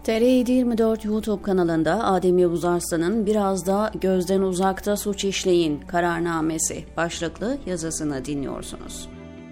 TR724 YouTube kanalında Adem Yavuz Arslan'ın "Biraz da gözden uzakta suç işleyin kararnamesi" başlıklı yazısını dinliyorsunuz.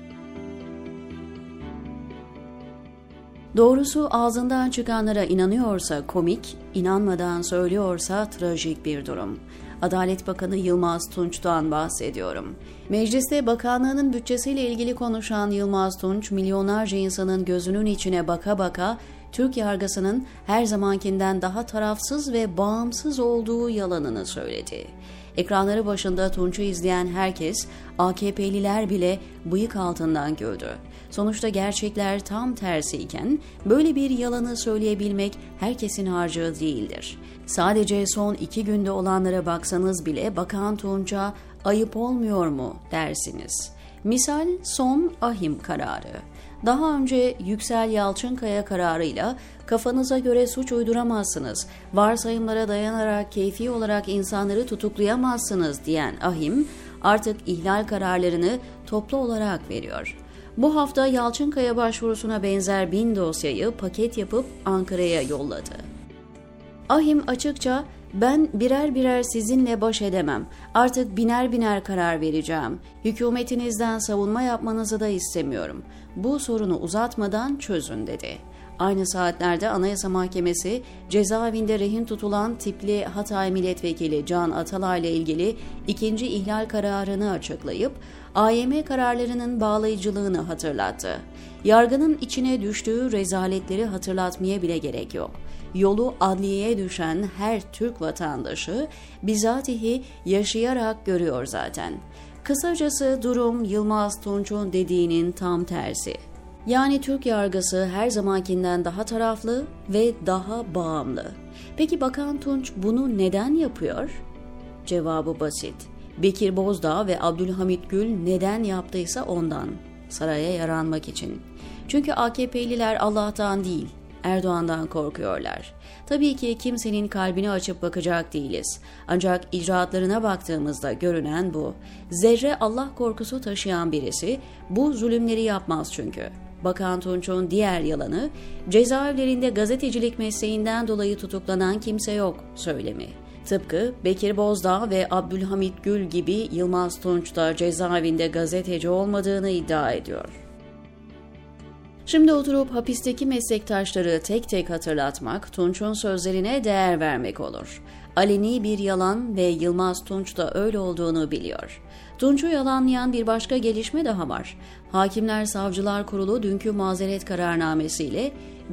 Doğrusu ağzından çıkanlara inanıyorsa komik, inanmadan söylüyorsa trajik bir durum. Adalet Bakanı Yılmaz Tunç'tan bahsediyorum. Mecliste bakanlığının bütçesiyle ilgili konuşan Yılmaz Tunç, milyonlarca insanın gözünün içine baka baka Türk yargısının her zamankinden daha tarafsız ve bağımsız olduğu yalanını söyledi. Ekranları başında Tunç'u izleyen herkes, AKP'liler bile bıyık altından güldü. Sonuçta gerçekler tam tersiyken böyle bir yalanı söyleyebilmek herkesin harcı değildir. Sadece son 2 günde olanlara baksanız bile Bakan Tunç'a ayıp olmuyor mu dersiniz. Misal son ahim kararı. Daha önce Yüksel Yalçınkaya kararıyla kafanıza göre suç uyduramazsınız, varsayımlara dayanarak keyfi olarak insanları tutuklayamazsınız diyen ahim artık ihlal kararlarını toplu olarak veriyor. Bu hafta Yalçınkaya başvurusuna benzer 1000 dosyayı paket yapıp Ankara'ya yolladı. Ahim açıkça "Ben birer birer sizinle baş edemem. Artık biner biner karar vereceğim. Hükümetinizden savunma yapmanızı da istemiyorum. Bu sorunu uzatmadan çözün" dedi. Aynı saatlerde Anayasa Mahkemesi cezaevinde rehin tutulan tipli Hatay Milletvekili Can Atalay ile ilgili 2. ihlal kararını açıklayıp AYM kararlarının bağlayıcılığını hatırlattı. Yargının içine düştüğü rezaletleri hatırlatmaya bile gerek yok. Yolu adliyeye düşen her Türk vatandaşı bizatihi yaşayarak görüyor zaten. Kısacası durum Yılmaz Tunç'un dediğinin tam tersi. Yani Türk yargısı her zamankinden daha taraflı ve daha bağımlı. Peki Bakan Tunç bunu neden yapıyor? Cevabı basit. Bekir Bozdağ ve Abdülhamit Gül neden yaptıysa ondan. Saraya yaranmak için. Çünkü AKP'liler Allah'tan değil, Erdoğan'dan korkuyorlar. Tabii ki kimsenin kalbini açıp bakacak değiliz. Ancak icraatlarına baktığımızda görünen bu. Zerre Allah korkusu taşıyan birisi bu zulümleri yapmaz çünkü. Bakan Tunç'un diğer yalanı, cezaevlerinde gazetecilik mesleğinden dolayı tutuklanan kimse yok söylemi. Tıpkı Bekir Bozdağ ve Abdülhamit Gül gibi Yılmaz Tunç da cezaevinde gazeteci olmadığını iddia ediyor. Şimdi oturup hapisteki meslektaşları tek tek hatırlatmak, Tunç'un sözlerine değer vermek olur. Aleni bir yalan ve Yılmaz Tunç da öyle olduğunu biliyor. Tunç'u yalanlayan bir başka gelişme daha var. Hakimler Savcılar Kurulu dünkü mazeret kararnamesiyle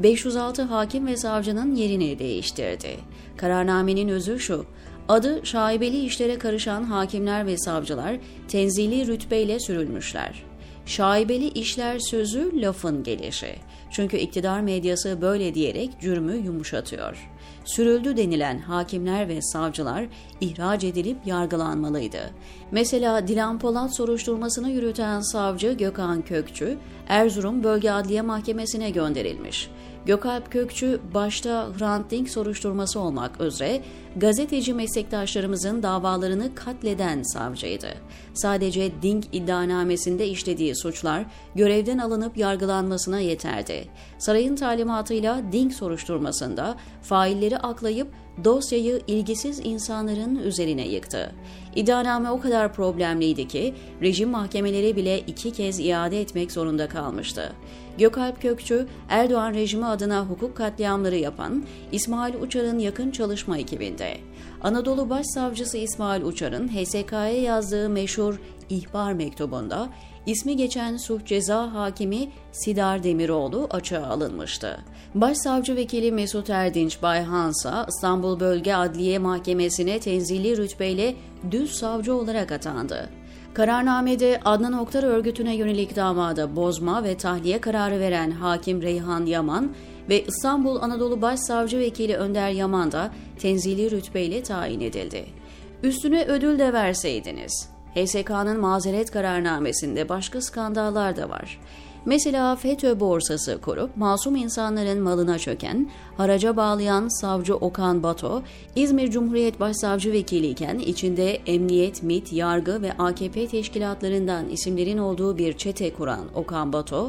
506 hakim ve savcının yerini değiştirdi. Kararnamenin özü şu: adı şaibeli işlere karışan hakimler ve savcılar tenzili rütbeyle sürülmüşler. Şaibeli işler sözü lafın gelişi. Çünkü iktidar medyası böyle diyerek cürmü yumuşatıyor. Sürüldü denilen hakimler ve savcılar ihraç edilip yargılanmalıydı. Mesela Dilan Polat soruşturmasını yürüten savcı Gökhan Kökçü, Erzurum Bölge Adliye Mahkemesi'ne gönderilmiş. Gökalp Kökçü başta Hrant Dink soruşturması olmak üzere gazeteci meslektaşlarımızın davalarını katleden savcıydı. Sadece Dink iddianamesinde işlediği suçlar görevden alınıp yargılanmasına yeterdi. Sarayın talimatıyla Dink soruşturmasında failleri aklayıp dosyayı ilgisiz insanların üzerine yıktı. İddianame o kadar problemliydi ki rejim mahkemeleri bile 2 kez iade etmek zorunda kalmıştı. Gökalp Kökçü, Erdoğan rejimi adına hukuk katliamları yapan İsmail Uçar'ın yakın çalışma ekibinde. Anadolu Başsavcısı İsmail Uçar'ın HSK'ya yazdığı meşhur ihbar mektubunda ismi geçen suç ceza hakimi Sidar Demiroğlu açığa alınmıştı. Başsavcı vekili Mesut Erdinç Bayhansa İstanbul Bölge Adliye Mahkemesi'ne tenzili rütbeyle düz savcı olarak atandı. Kararnamede Adnan Oktar örgütüne yönelik davada bozma ve tahliye kararı veren hakim Reyhan Yaman ve İstanbul Anadolu Başsavcı Vekili Önder Yaman da tenzili rütbeyle tayin edildi. Üstüne ödül de verseydiniz. HSK'nın mazeret kararnamesinde başka skandallar da var. Mesela FETÖ borsası kurup masum insanların malına çöken, haraca bağlayan savcı Okan Bato, İzmir Cumhuriyet Başsavcı Vekiliyken içinde emniyet, MİT, yargı ve AKP teşkilatlarından isimlerin olduğu bir çete kuran Okan Bato,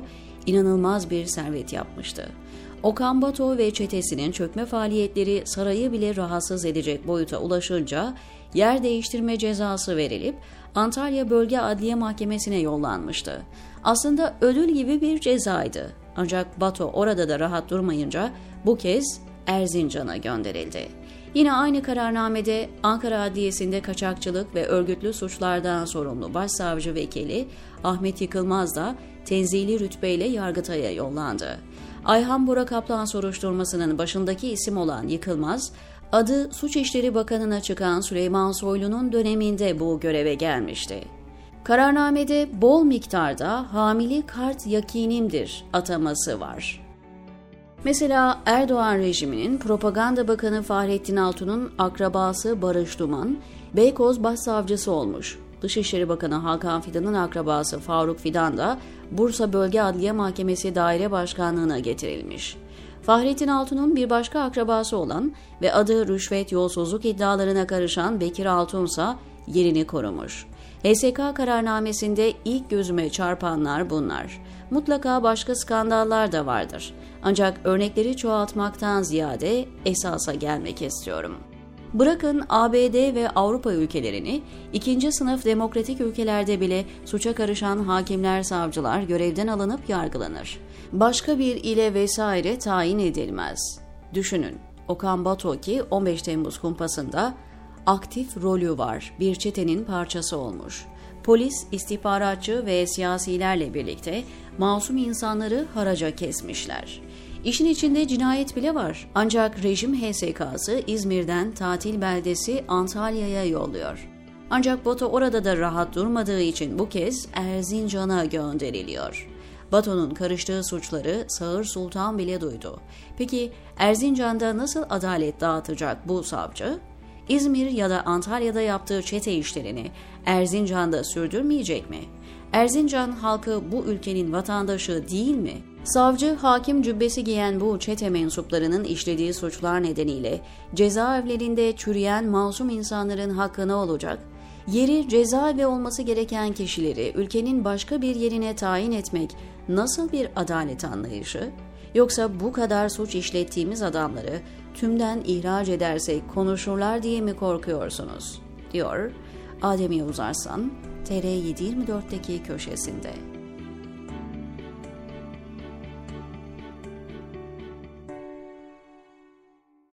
inanılmaz bir servet yapmıştı. Okan Bato ve çetesinin çökme faaliyetleri sarayı bile rahatsız edecek boyuta ulaşınca yer değiştirme cezası verilip Antalya Bölge Adliye Mahkemesi'ne yollanmıştı. Aslında ödül gibi bir cezaydı. Ancak Bato orada da rahat durmayınca bu kez Erzincan'a gönderildi. Yine aynı kararnamede Ankara Adliyesi'nde kaçakçılık ve örgütlü suçlardan sorumlu Başsavcı Vekili Ahmet Yıkılmaz da tenzili rütbeyle Yargıtay'a yollandı. Ayhan Bora Kaplan soruşturmasının başındaki isim olan Yıkılmaz, adı Suç İşleri Bakanı'na çıkan Süleyman Soylu'nun döneminde bu göreve gelmişti. Kararnamede bol miktarda hamili kart yakinimdir ataması var. Mesela Erdoğan rejiminin Propaganda Bakanı Fahrettin Altun'un akrabası Barış Duman, Beykoz Başsavcısı olmuş. Dışişleri Bakanı Hakan Fidan'ın akrabası Faruk Fidan da Bursa Bölge Adliye Mahkemesi Daire Başkanlığı'na getirilmiş. Fahrettin Altun'un bir başka akrabası olan ve adı rüşvet yolsuzluk iddialarına karışan Bekir Altunsa yerini korumuş. HSK kararnamesinde ilk gözüme çarpanlar bunlar. Mutlaka başka skandallar da vardır. Ancak örnekleri çoğaltmaktan ziyade esasa gelmek istiyorum. Bırakın ABD ve Avrupa ülkelerini, ikinci sınıf demokratik ülkelerde bile suça karışan hakimler, savcılar görevden alınıp yargılanır. Başka bir ile vesaire tayin edilmez. Düşünün, Okan Bato ki 15 Temmuz kumpasında aktif rolü var, bir çetenin parçası olmuş. Polis, istihbaratçı ve siyasilerle birlikte masum insanları haraca kesmişler. İşin içinde cinayet bile var. Ancak rejim HSK'sı İzmir'den tatil beldesi Antalya'ya yolluyor. Ancak Bato orada da rahat durmadığı için bu kez Erzincan'a gönderiliyor. Bato'nun karıştığı suçları Sağır Sultan bile duydu. Peki Erzincan'da nasıl adalet dağıtacak bu savcı? İzmir ya da Antalya'da yaptığı çete işlerini Erzincan'da sürdürmeyecek mi? Erzincan halkı bu ülkenin vatandaşı değil mi? Savcı, hakim cübbesi giyen bu çete mensuplarının işlediği suçlar nedeniyle cezaevlerinde çürüyen masum insanların hakkı ne olacak? Yeri cezaevi olması gereken kişileri ülkenin başka bir yerine tayin etmek nasıl bir adalet anlayışı? Yoksa bu kadar suç işlettiğimiz adamları tümden ihraç edersek konuşurlar diye mi korkuyorsunuz? Diyor Adem Yavuz Arslan, TR724'deki köşesinde.